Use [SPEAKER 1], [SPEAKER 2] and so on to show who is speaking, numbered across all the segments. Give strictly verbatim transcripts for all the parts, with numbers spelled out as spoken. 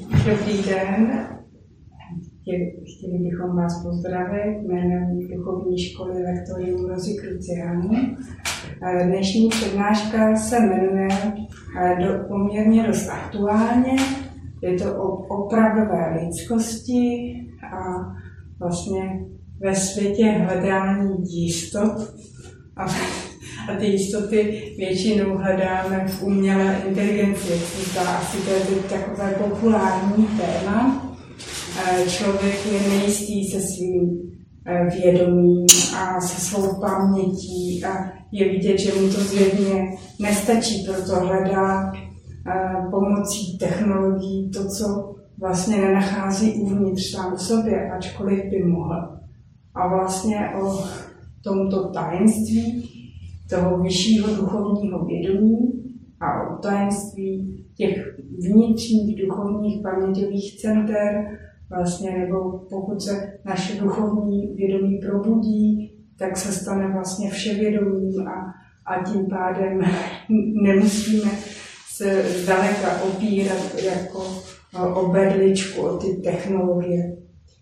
[SPEAKER 1] Dobrý den. Chtěli bychom vás pozdravit jménem Duchovní školy Lektorium Rozy Cruciani. Dnešní přednáška se jmenuje do, poměrně dost aktuálně. Je to o opravdové lidskosti a vlastně ve světě hledání jistot. A, a ty jistoty většinou hledáme v umělé inteligenci. To asi to je takové populární téma. Člověk je nejistý se svým vědomím a se svou pamětí a je vidět, že mu to zjevně nestačí, proto hledá pomocí technologií to, co vlastně nenachází uvnitř sám v sobě, ačkoliv by mohl. A vlastně o tomto tajemství toho vyššího duchovního vědomí a o tajemství těch vnitřních duchovních paměťových center, vlastně, nebo pokud se naše duchovní vědomí probudí, tak se stane vlastně vševědomím a, a tím pádem nemusíme se zdaleka opírat jako o berličku, o ty technologie.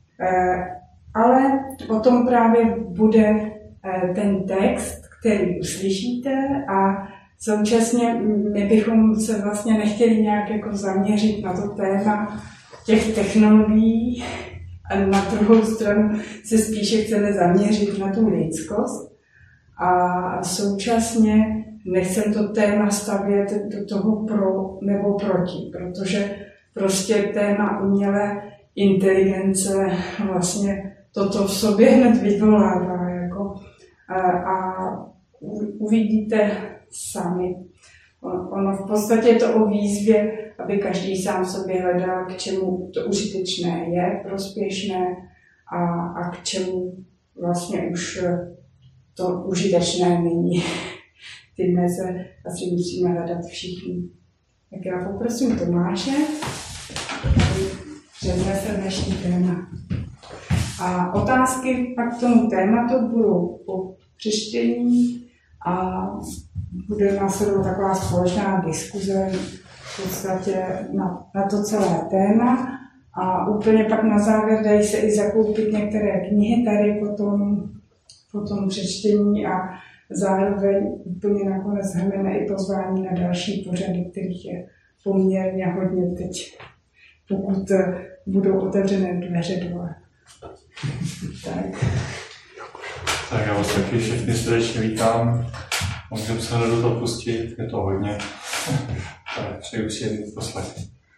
[SPEAKER 1] Ale o tom právě bude ten text, který uslyšíte, a současně my bychom se vlastně nechtěli nějak jako zaměřit na to téma těch technologií a na druhou stranu se spíše chceme zaměřit na tu lidskost a současně nechcem to téma stavět do toho pro nebo proti, protože prostě téma umělé inteligence vlastně toto v sobě hned vyvolává jako, a, a uvidíte sami. Ono v podstatě je to o výzvě, aby každý sám sobě hledal, k čemu to užitečné je, prospěšné a, a k čemu vlastně už to užitečné není. Ty meze asi musíme hledat všichni. Tak já poprosím Tomáše, aby přednesl dnešní téma. A otázky pak k tomu tématu budou po přečtení a bude následovat taková společná diskuze v podstatě na, na to celé téma. A úplně pak na závěr dají se i zakoupit některé knihy tady po tom, po tom přečtení a zároveň úplně nakonec hrneme i pozvání na další pořady, kterých je poměrně hodně teď, pokud budou otevřené dveře dole. Tak.
[SPEAKER 2] Tak já vás taky všechny srdečně vítám. Můžeme se do toho pustit, je to hodně. Tak přeju si jedný poslech.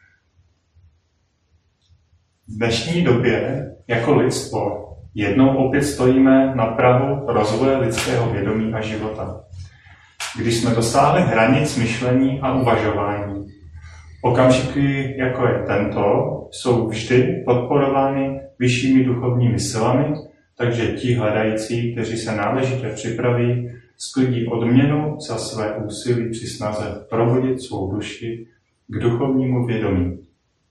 [SPEAKER 2] V dnešní době jako lidstvo jednou opět stojíme na prahu rozvoje lidského vědomí a života. Když jsme dosáhli hranic myšlení a uvažování, okamžiky jako je tento jsou vždy podporovány vyššími duchovními silami, takže ti hledající, kteří se náležitě připraví, sklidí odměnu za své úsilí při snaze probudit svou duši k duchovnímu vědomí.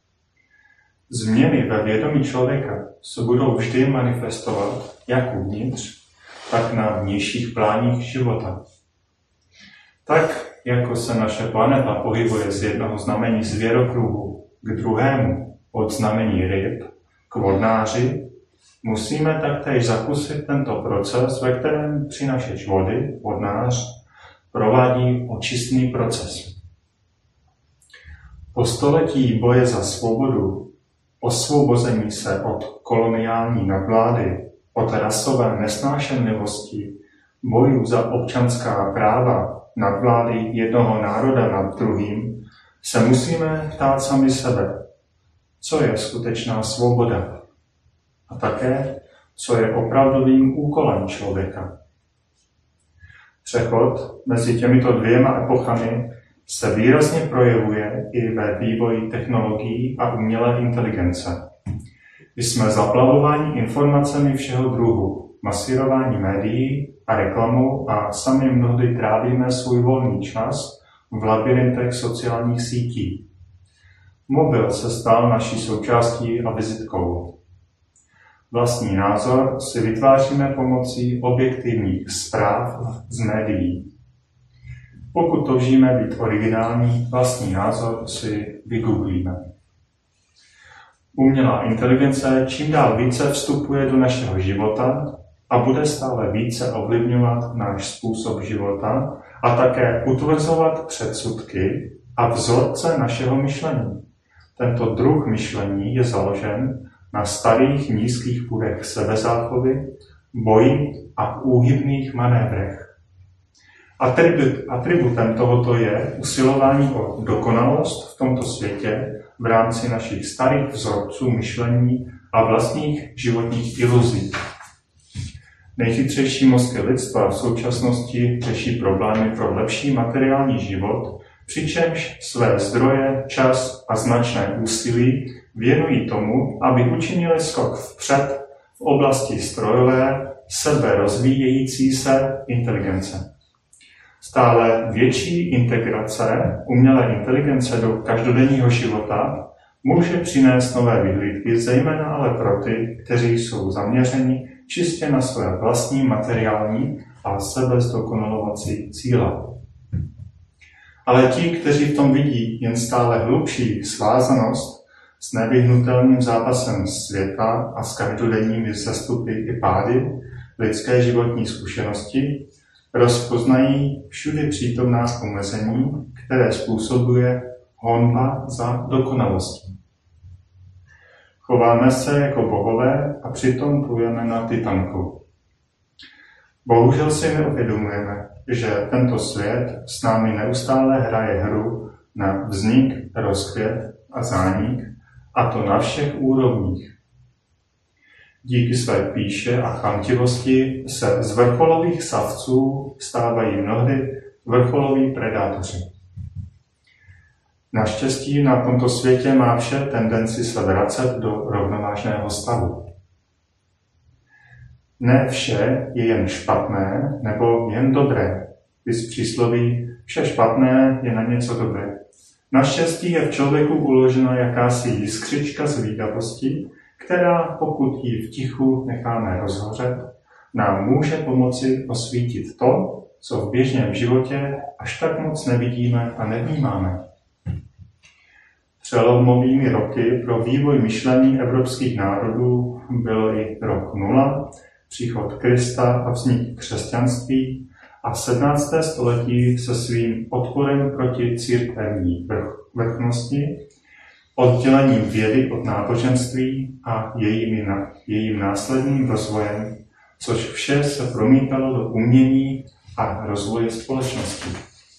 [SPEAKER 2] Změny ve vědomí člověka se budou vždy manifestovat jak uvnitř, tak na vnějších pláních života. Tak, jako se naše planeta pohybuje z jednoho znamení zvěrokruhu k druhému, od znamení ryb k vodnáři, musíme taktéž zakusit tento proces, ve kterém přinašeč vody, vodnář, provádí očistný proces. Po století boje za svobodu, osvobození se od koloniální nadvlády, od rasové nesnášenlivosti, bojů za občanská práva, nadvlády jednoho národa nad druhým, se musíme ptát sami sebe, co je skutečná svoboda a také, co je opravdovým úkolem člověka. Přechod mezi těmito dvěma epochami se výrazně projevuje i ve vývoji technologií a umělé inteligence. Jsme zaplavováni informacemi všeho druhu, masírování médií a reklamou a sami mnohdy trávíme svůj volný čas v labyrintech sociálních sítí. Mobil se stal naší součástí a vizitkou. Vlastní názor si vytváříme pomocí objektivních zpráv z médií. Pokud toužíme být originální, vlastní názor si vygooglíme. Umělá inteligence čím dál více vstupuje do našeho života a bude stále více ovlivňovat náš způsob života a také utvrzovat předsudky a vzorce našeho myšlení. Tento druh myšlení je založen na starých nízkých půdech sebezáchovy, boji a úhybných manévrech. Atribut, atributem tohoto je usilování o dokonalost v tomto světě v rámci našich starých vzorců myšlení a vlastních životních iluzí. Nejchytřejší mozky lidstva v současnosti řeší problémy pro lepší materiální život, přičemž své zdroje, čas a značné úsilí věnují tomu, aby učinili skok vpřed v oblasti strojové, seberozvíjející se inteligence. Stále větší integrace umělé inteligence do každodenního života může přinést nové vyhlídky, zejména ale pro ty, kteří jsou zaměřeni čistě na své vlastní materiální a sebezdokonalovací cíle. Ale ti, kteří v tom vidí jen stále hlubší svázanost s nevyhnutelným zápasem světa a s každodenními sestupy i pády lidské životní zkušenosti, rozpoznají všudy přítomná omezení, které způsobuje honba za dokonalostí. Chováme se jako bohové a přitom plujeme na Titanku. Bohužel si neuvědomujeme, že tento svět s námi neustále hraje hru na vznik, rozkvět a zánik, a to na všech úrovních. Díky své pýše a chamtivosti se z vrcholových savců stávají mnohdy vrcholoví predátoři. Naštěstí na tomto světě má vše tendenci se vracet do rovnovážného stavu. Ne vše je jen špatné nebo jen dobré. Vys přísloví vše špatné je na něco dobré. Naštěstí je v člověku uložena jakási jiskřička zvídavosti, která, pokud ji v tichu necháme rozhořet, nám může pomoci osvítit to, co v běžném životě až tak moc nevidíme a nevnímáme. Přelomovými roky pro vývoj myšlení evropských národů byl i rok nula, příchod Krista a vznik křesťanství a sedmnácté století se svým odporem proti církevní vrchnosti, oddělením vědy od náboženství a jejím, jejím následným rozvojem, což vše se promítalo do umění a rozvoje společnosti.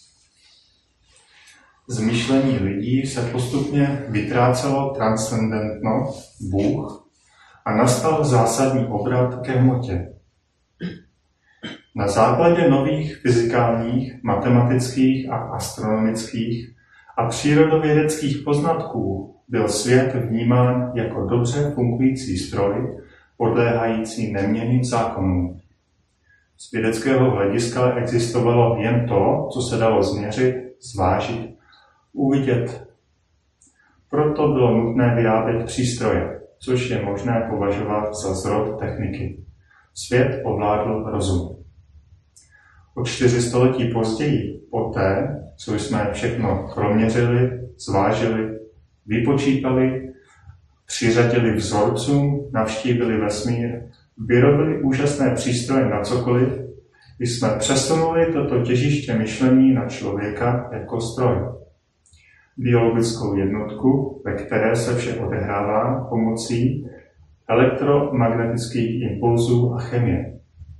[SPEAKER 2] Z myšlení lidí se postupně vytrácelo transcendentno, Bůh, a nastal zásadní obrat ke hmotě. Na základě nových fyzikálních, matematických a astronomických a přírodovědeckých poznatků byl svět vnímán jako dobře fungující stroj, podléhající neměnným zákonům. Z vědeckého hlediska existovalo jen to, co se dalo změřit, zvážit, uvidět. Proto bylo nutné vyrábět přístroje, což je možné považovat za zrod techniky. Svět ovládl rozum. O čtyři století později, poté, co jsme všechno proměřili, zvážili, vypočítali, přiřadili vzorcům, navštívili vesmír, vyrobili úžasné přístroje na cokoliv, jsme přesunuli toto těžiště myšlení na člověka jako stroj. Biologickou jednotku, ve které se vše odehrává pomocí elektromagnetických impulzů a chemie.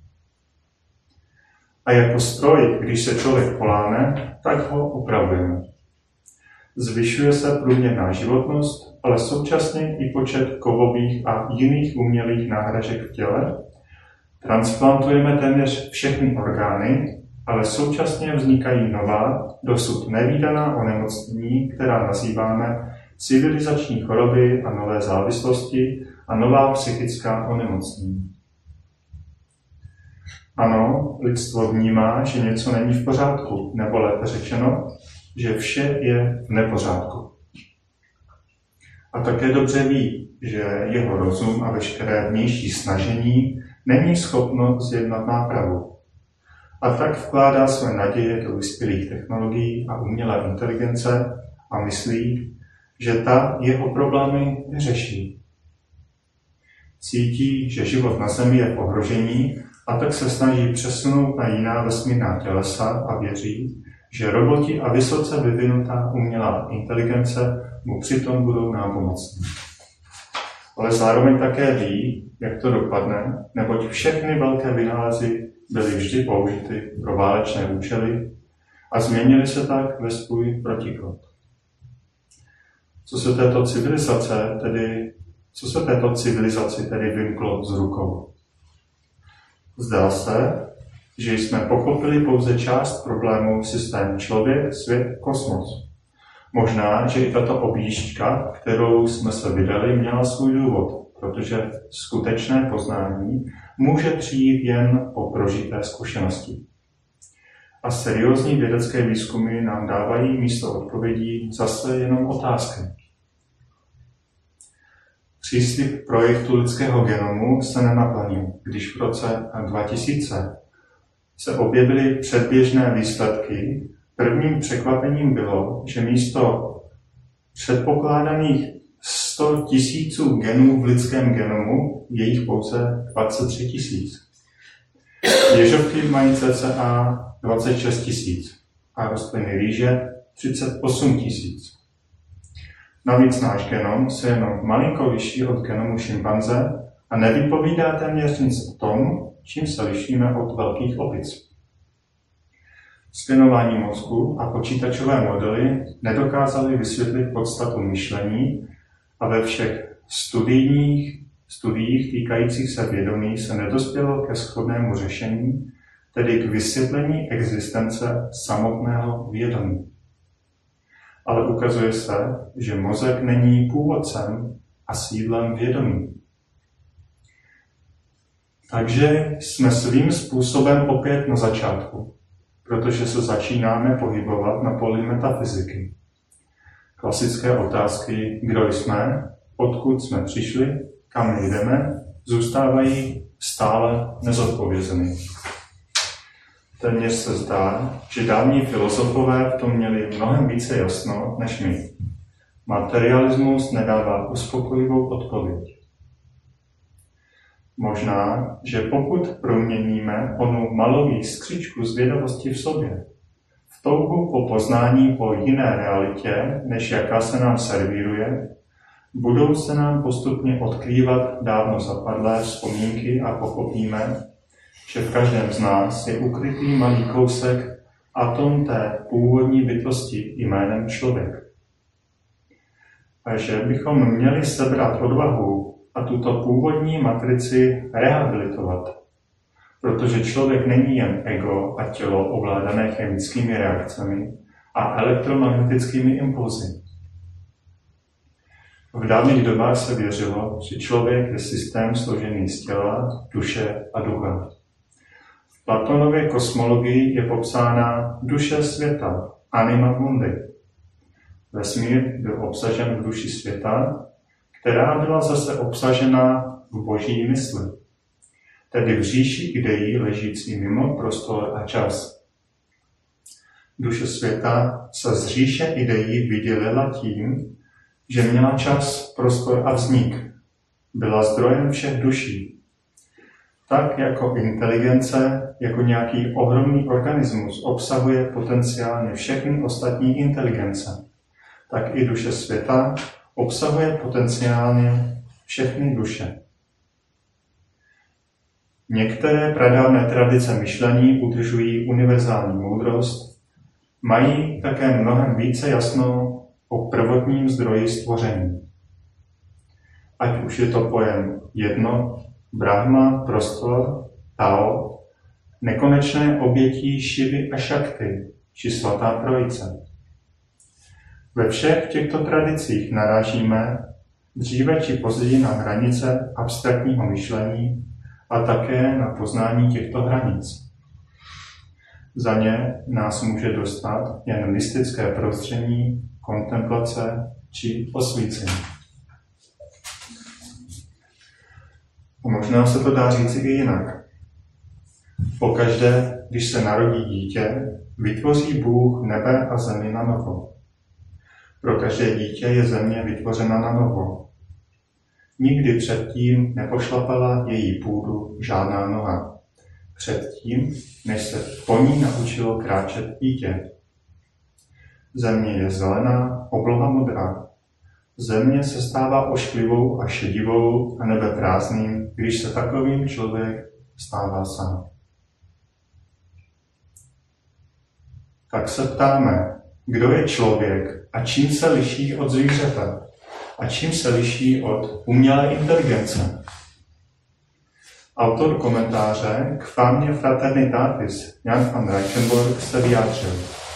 [SPEAKER 2] A jako stroj, když se člověk poláme, tak ho upravujeme. Zvyšuje se průměrná životnost, ale současně i počet kovových a jiných umělých náhražek v těle. Transplantujeme téměř všechny orgány, ale současně vznikají nová, dosud nevídaná onemocnění, která nazýváme civilizační choroby a nové závislosti a nová psychická onemocnění. Ano, lidstvo vnímá, že něco není v pořádku, nebo lépe řečeno, že vše je v nepořádku. A také dobře ví, že jeho rozum a veškeré vnější snažení není schopno zjednat nápravu. A tak vkládá své naděje do vyspělých technologií a umělé inteligence a myslí, že ta jeho problémy vyřeší. cítí, že život na Zemi je v ohrožení, a tak se snaží přesunout na jiná vesmírná tělesa a věří, že roboti a vysoce vyvinutá umělá inteligence mu přitom budou nápomocní. Ale zároveň také ví, jak to dopadne, neboť všechny velké vynálezy byly vždy použity pro válečné účely a změnily se tak ve svůj protiklad. Co se této civilizace tedy, co se této civilizaci tedy vymklo z rukou? Zdá se, že jsme pochopili pouze část problémů systému člověk, svět, kosmos. Možná, že i tato objížďka, kterou jsme se vydali, měla svůj důvod, protože skutečné poznání může přijít jen po prožité zkušenosti. A seriózní vědecké výzkumy nám dávají místo odpovědí zase jenom otázky. Příslib projektu lidského genomu se nenaplnil, když v roce dva tisíce se objevily předběžné výsledky. Prvním překvapením bylo, že místo předpokládaných sto tisíců genů v lidském genomu je jich pouze dvacet tři tisíc. Ježovky mají cca dvacet šest tisíc a rostliny rýže třicet osm tisíc. Navíc náš genom se jenom malinko liší od genomu šimpanze a nevypovídá téměř nic o tom, čím se lišíme od velkých opic. Skenování mozku a počítačové modely nedokázaly vysvětlit podstatu myšlení a ve všech studijních, studiích týkajících se vědomí se nedospělo ke shodnému řešení, tedy k vysvětlení existence samotného vědomí. Ale ukazuje se, že mozek není původcem a sídlem vědomí. Takže jsme svým způsobem opět na začátku, protože se začínáme pohybovat na poli metafyziky. Klasické otázky, kdo jsme, odkud jsme přišli, kam jdeme, zůstávají stále nezodpovězeny. Téměř se zdá, že dávní filozofové v tom měli mnohem více jasno než my. Materialismus nedává uspokojivou odpověď. Možná, že pokud proměníme onu malou jiskřičku zvědavosti v sobě, v touhu po poznání po jiné realitě, než jaká se nám servíruje, budou se nám postupně odkrývat dávno zapadlé vzpomínky a pochopíme, že v každém z nás je ukrytý malý kousek atom té původní bytosti jménem člověk. A že bychom měli sebrat odvahu a tuto původní matrici rehabilitovat, protože člověk není jen ego a tělo ovládané chemickými reakcemi a elektromagnetickými impulzy. V dávných dobách se věřilo, že člověk je systém složený z těla, duše a ducha. V Platonově kosmologii je popsána duše světa, anima mundi. Vesmír byl obsažen v duši světa, která byla zase obsažena v boží mysli, tedy v říši ideí ležící mimo prostor a čas. Duše světa se z říše ideí vydělila tím, že měla čas, prostor a vznik. Byla zdrojem všech duší. Tak jako inteligence, jako nějaký ohromný organismus obsahuje potenciálně všechny ostatní inteligence, tak i duše světa obsahuje potenciálně všechny duše. Některé pradávné tradice myšlení udržují univerzální moudrost, mají také mnohem více jasno o prvotním zdroji stvoření. Ať už je to pojem jedno, Brahma, prostor, Tao, nekonečné obětí Šivy a Šakty, či svatá trojice. Ve všech těchto tradicích narážíme dříve či později na hranice abstraktního myšlení a také na poznání těchto hranic. Za ně nás může dostat jen mystické prostředí, kontemplace či osvícení. A možná se to dá říci i jinak. Pokaždé, když se narodí dítě, vytvoří Bůh nebe a zemi na novo. Pro každé dítě je země vytvořena na novo. Nikdy předtím nepošlapala její půdu žádná noha. Předtím, než se po ní naučilo kráčet dítě. Země je zelená, obloha modrá. Země se stává ošklivou a šedivou a nebe prázdným, když se takovým člověk stává sám. Tak se ptáme, kdo je člověk a čím se liší od zvířete a čím se liší od umělé inteligence. Autor komentáře k fámě Fraternitatis Jan van Reichenborch se vyjádřil.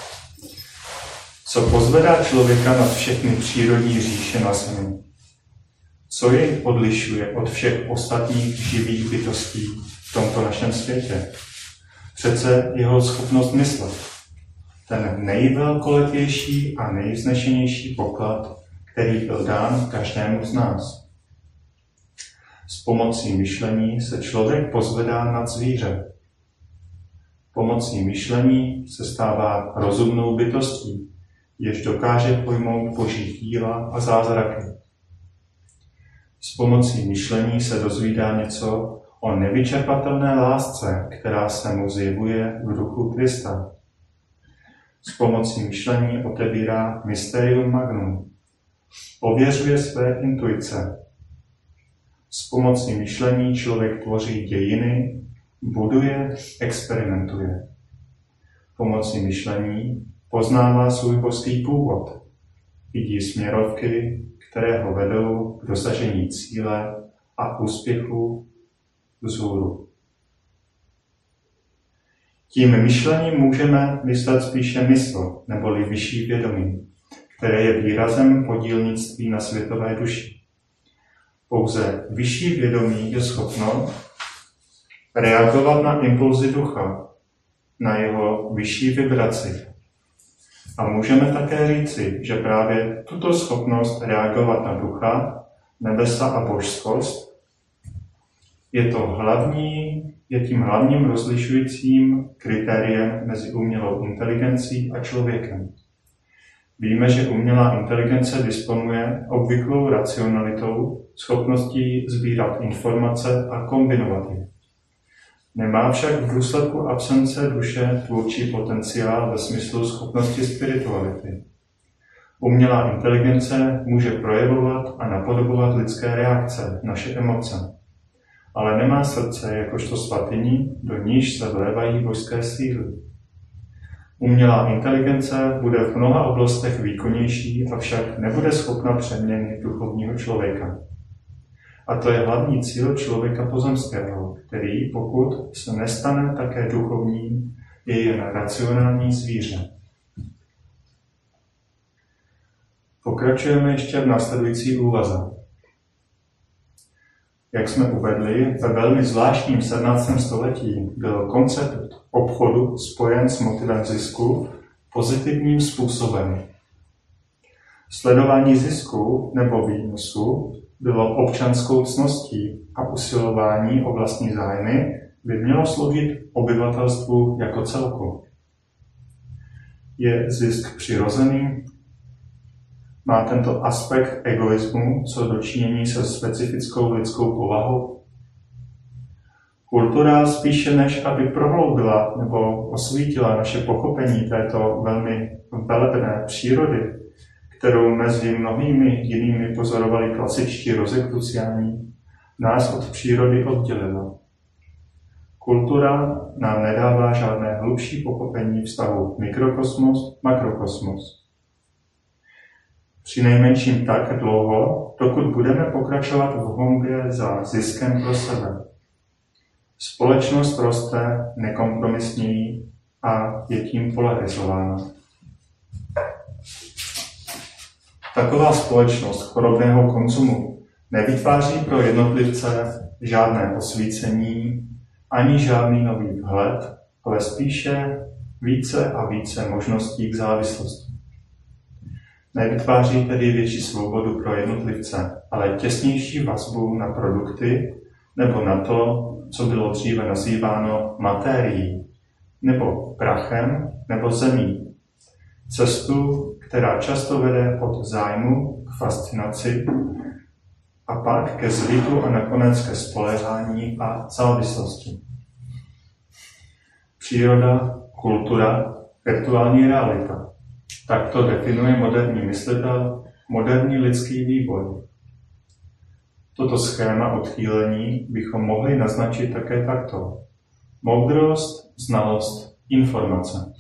[SPEAKER 2] Co pozvedá člověka nad všechny přírodní říše na zemi? Co jej odlišuje od všech ostatních živých bytostí v tomto našem světě? Přece jeho schopnost myslet. Ten nejvelkoletější a nejvznešenější poklad, který byl dán každému z nás. S pomocí myšlení se člověk pozvedá nad zvíře. Pomocí myšlení se stává rozumnou bytostí, jež dokáže pojmout boží díla a zázraky. S pomocí myšlení se dozvídá něco o nevyčerpatelné lásce, která se mu zjevuje v duchu Krista. S pomocí myšlení otevírá mysterium magnum. Ověřuje své intuice. S pomocí myšlení člověk tvoří dějiny, buduje, experimentuje. Pomocí myšlení poznává svůj božský původ. Vidí směrovky, které ho vedou k dosažení cíle a úspěchu vzhůru. Tím myšlením můžeme myslet spíše mysl, neboli vyšší vědomí, které je výrazem podílnictví na světové duši. Pouze vyšší vědomí je schopno reagovat na impulzy ducha, na jeho vyšší vibraci. A můžeme také říci, že právě tuto schopnost reagovat na ducha, nebesa a božskost je, to hlavní, je tím hlavním rozlišujícím kritériem mezi umělou inteligencí a člověkem. Víme, že umělá inteligence disponuje obvyklou racionalitou, schopností sbírat informace a kombinovat je. Nemá však v důsledku absence duše tvůrčí potenciál ve smyslu schopnosti spirituality. Umělá inteligence může projevovat a napodobovat lidské reakce, naše emoce, ale nemá srdce jakožto svatyni, do níž se vlévají božské síly. Umělá inteligence bude v mnoha oblastech výkonnější, avšak nebude schopna přeměny duchovního člověka. A to je hlavní cíl člověka pozemského, který, pokud se nestane také duchovním, je jen racionální zvíře. Pokračujeme ještě v následující úvaze. Jak jsme uvedli, ve velmi zvláštním sedmnáctém století byl koncept obchodu spojen s motivem zisku pozitivním způsobem. Sledování zisku nebo výnosu bylo občanskou ctností a usilování o vlastní zájmy by mělo sloužit obyvatelstvu jako celku. Je zisk přirozený? Má tento aspekt egoismu co dočinění se specifickou lidskou povahou? Kultura spíše než aby prohloubila nebo osvítila naše pochopení této velmi velebné přírody, kterou mezi mnohými jinými pozorovali klasičtí rozekruciáni, nás od přírody oddělila. Kultura nám nedává žádné hlubší pochopení vztahu mikrokosmos-makrokosmos. Přinejmenším tak dlouho, dokud budeme pokračovat v honbě za ziskem pro sebe. Společnost roste nekompromisněji a je tím polarizována. Taková společnost chorobného konzumu nevytváří pro jednotlivce žádné osvícení ani žádný nový vhled, ale spíše více a více možností k závislosti. Nevytváří tedy větší svobodu pro jednotlivce, ale těsnější vazbu na produkty nebo na to, co bylo dříve nazýváno materií, nebo prachem, nebo zemí. Cestu, která často vede od zájmu k fascinaci a pak ke zvyku a nakonec ke spoléhání a závislosti. Příroda, kultura, virtuální realita. Tak to definuje moderní myslitel, moderní lidský vývoj. Toto schéma odchýlení bychom mohli naznačit také takto. Moudrost, znalost, informace.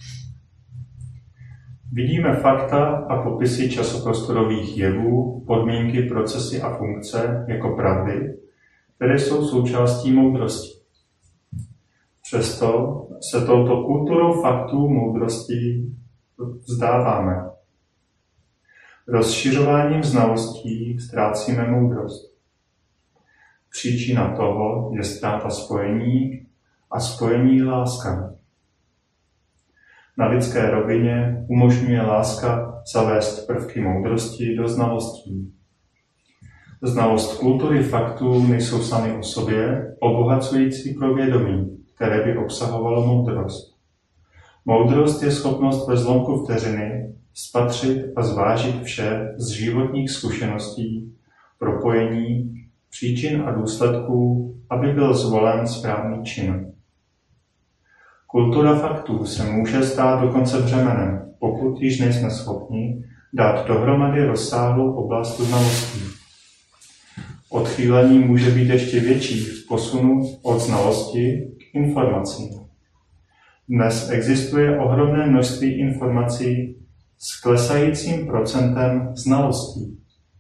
[SPEAKER 2] Vidíme fakta a popisy časoprostorových jevů, podmínky, procesy a funkce jako pravdy, které jsou součástí moudrosti. Přesto se touto kulturou faktů moudrosti vzdáváme. Rozšiřováním znalostí ztrácíme moudrost. Příčina toho je ztráta spojení a spojení láska. Na lidské rovině umožňuje láska zavést prvky moudrosti do znalostí. Znalost kultury faktů nejsou sami o sobě obohacující pro vědomí, které by obsahovalo moudrost. Moudrost je schopnost ve zlomku vteřiny spatřit a zvážit vše z životních zkušeností, propojení, příčin a důsledků, aby byl zvolen správný čin. Kultura faktů se může stát dokonce břemenem, pokud již nejsme schopni dát dohromady rozsáhlou oblast znalostí. Odchýlení může být ještě větší v posunu od znalosti k informacím. Dnes existuje ohromné množství informací s klesajícím procentem znalostí.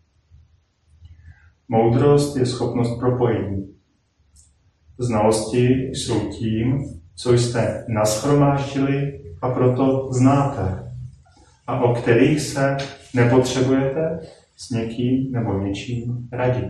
[SPEAKER 2] Moudrost je schopnost propojení. Znalosti jsou tím, co jste nashromáždili a proto znáte, a o kterých se nepotřebujete s někým nebo něčím radit.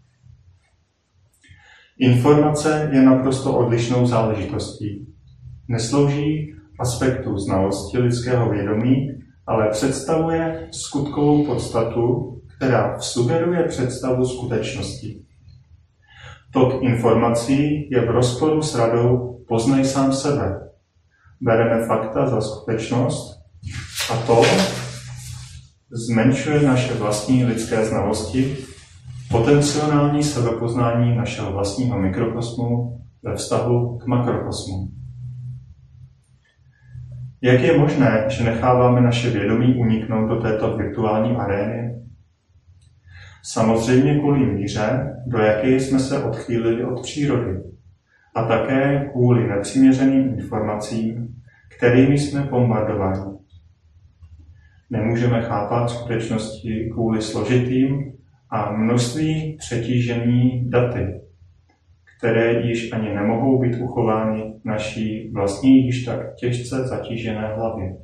[SPEAKER 2] Informace je naprosto odlišnou záležitostí. Neslouží aspektu znalosti lidského vědomí, ale představuje skutkovou podstatu, která sugeruje představu skutečnosti. Tok informací je v rozporu s radou poznej sám sebe. Bereme fakta za skutečnost a to zmenšuje naše vlastní lidské znalosti, potenciální sebepoznání našeho vlastního mikrokosmu ve vztahu k makrokosmu. Jak je možné, že necháváme naše vědomí uniknout do této virtuální arény? Samozřejmě kvůli míře, do jaké jsme se odchýlili od přírody, a také kvůli nepřiměřeným informacím, kterými jsme bombardováni. Nemůžeme chápat skutečnosti kvůli složitým a množství přetížení daty, které již ani nemohou být uchovány v naší vlastní již tak těžce zatížené hlavě.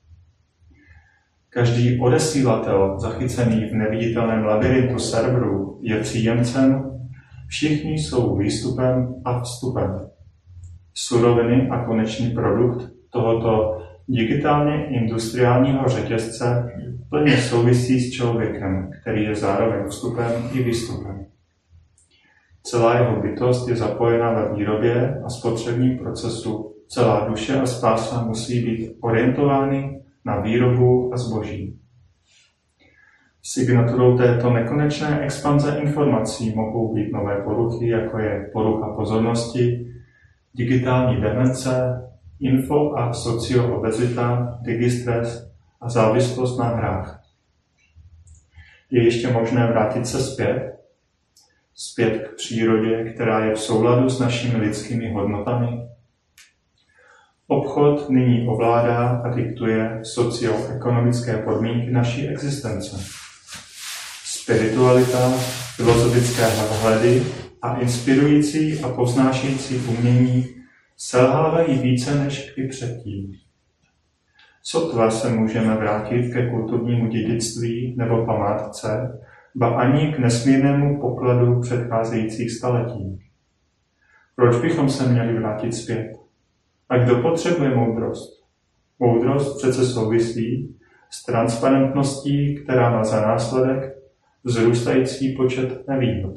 [SPEAKER 2] Každý odesílatel zachycený v neviditelném labirintu serverů je příjemcem, všichni jsou výstupem a vstupem. Suroviny a konečný produkt tohoto digitálně industriálního řetězce plně souvisí s člověkem, který je zároveň vstupem i výstupem. Celá jeho bytost je zapojena ve výrobě a spotřebním procesu. Celá duše a spása musí být orientovány na výrobu a zboží. Signaturou této nekonečné expanze informací mohou být nové poruchy, jako je porucha pozornosti, digitální demence, info- a socioobezita, digistres a závislost na hrách. Je ještě možné vrátit se zpět, zpět k přírodě, která je v souladu s našimi lidskými hodnotami. Obchod nyní ovládá a diktuje socioekonomické podmínky naší existence. Spiritualita, filozofické vhledy a inspirující a povznášející umění selhávají více než kdy předtím. Sotva se můžeme vrátit ke kulturnímu dědictví nebo památce, ba ani k nesmírnému pokladu předcházejících staletí. Proč bychom se měli vrátit zpět? A kdo potřebuje moudrost? Moudrost přece souvisí s transparentností, která má za následek vzrůstající počet nevýhod.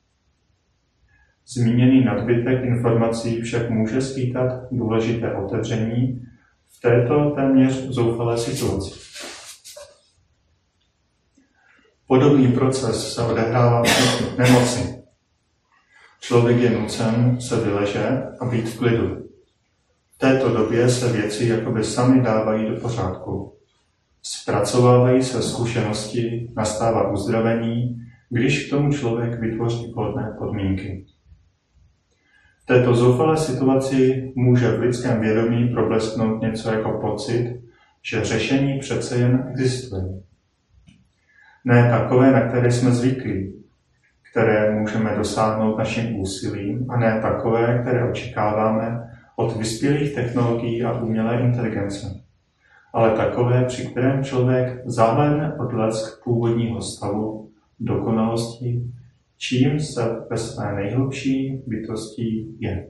[SPEAKER 2] Zmíněný nadbytek informací však může skýtat důležité otevření v této téměř zoufalé situaci. Podobný proces se odehrává v nemoci. Člověk je nucen se vyležet a být v klidu. V této době se věci jakoby sami dávají do pořádku. Zpracovávají se zkušenosti, nastává uzdravení, když k tomu člověk vytvoří vhodné podmínky. V této zoufalé situaci může v lidském vědomí problesknout něco jako pocit, že řešení přece jen existuje. Ne takové, na které jsme zvyklí, které můžeme dosáhnout naším úsilím, a ne takové, které očekáváme od vyspělých technologií a umělé inteligence, ale takové, při kterém člověk zahlédne odlesk původního stavu dokonalosti, čím se ve své nejhlubší bytosti je.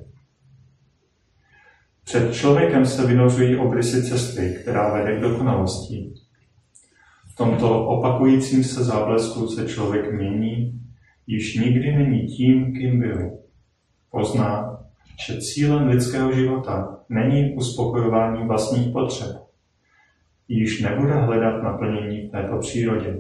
[SPEAKER 2] Před člověkem se vynořují obrysy cesty, která vede k dokonalosti. V tomto opakujícím se záblesku se člověk mění, již nikdy není tím, kým byl. Pozná, že cílem lidského života není uspokojování vlastních potřeb. Již nebude hledat naplnění v této přírodě.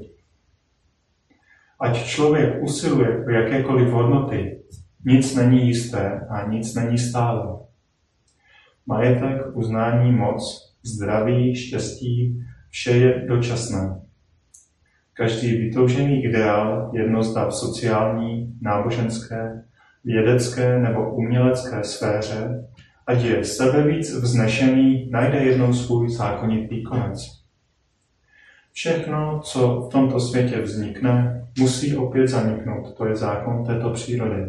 [SPEAKER 2] Ať člověk usiluje o jakékoliv hodnoty, nic není jisté a nic není stále. Majetek, uznání, moc, zdraví, štěstí, vše je dočasné. Každý vytoužený ideál, jedno zda v sociální, náboženské, vědecké nebo umělecké sféře, ať je sebevíc vznešený, najde jednou svůj zákonitý konec. Všechno, co v tomto světě vznikne, musí opět zaniknout. To je zákon této přírody.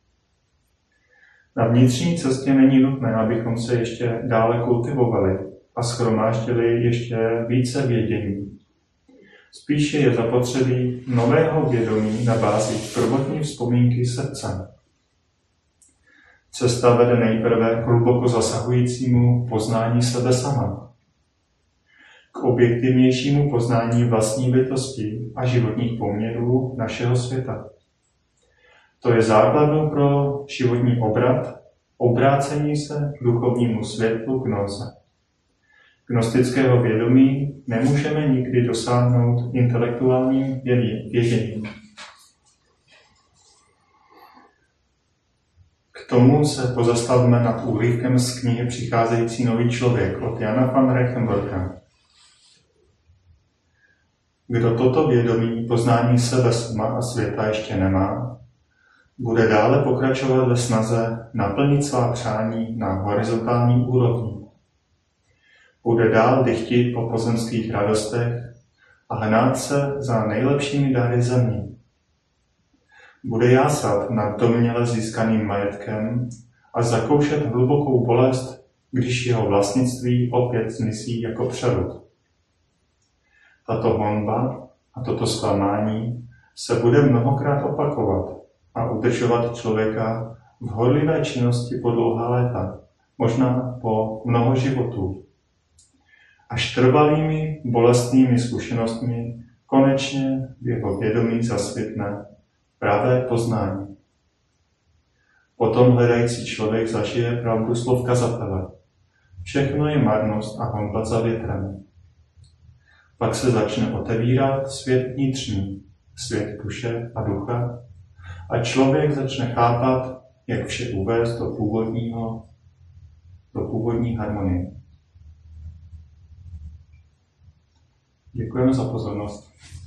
[SPEAKER 2] Na vnitřní cestě není nutné, abychom se ještě dále kultivovali a shromáždili ještě více vědění. Spíše je zapotřebí nového vědomí na bázi prvotní vzpomínky srdce. Cesta vede nejprve k hluboko zasahujícímu poznání sebe sama, k objektivnějšímu poznání vlastní bytosti a životních poměrů našeho světa. To je základnou pro životní obrat, obrácení se k duchovnímu světlu gnoze. Gnostického vědomí nemůžeme nikdy dosáhnout intelektuálním věděním. K tomu se pozastavme nad úryvkem z knihy Přicházející nový člověk od Jana van Reichenborcha. Kdo toto vědomí poznání sebe sama a světa ještě nemá, bude dále pokračovat ve snaze naplnit svá přání na horizontální úrovni. Bude dál dychtit po pozemských radostech a hnát se za nejlepšími dary země. Bude jásat nad domněle získaným majetkem a zakoušet hlubokou bolest, když jeho vlastnictví opět zmizí jako přerod. Tato honba a toto zklamání se bude mnohokrát opakovat a udržovat člověka v horlivé činnosti po dlouhá léta, možná po mnoho životů. Až trvalými bolestnými zkušenostmi konečně v jeho vědomí zasvětne pravé poznání. Potom hledající člověk zažije pravdu slov kazatele. Všechno je marnost a honba za větrem. Pak se začne otevírat svět vnitřní, svět duše a ducha, a člověk začne chápat, jak vše uvést do původního, do původní harmonie. Děkujeme za pozornost.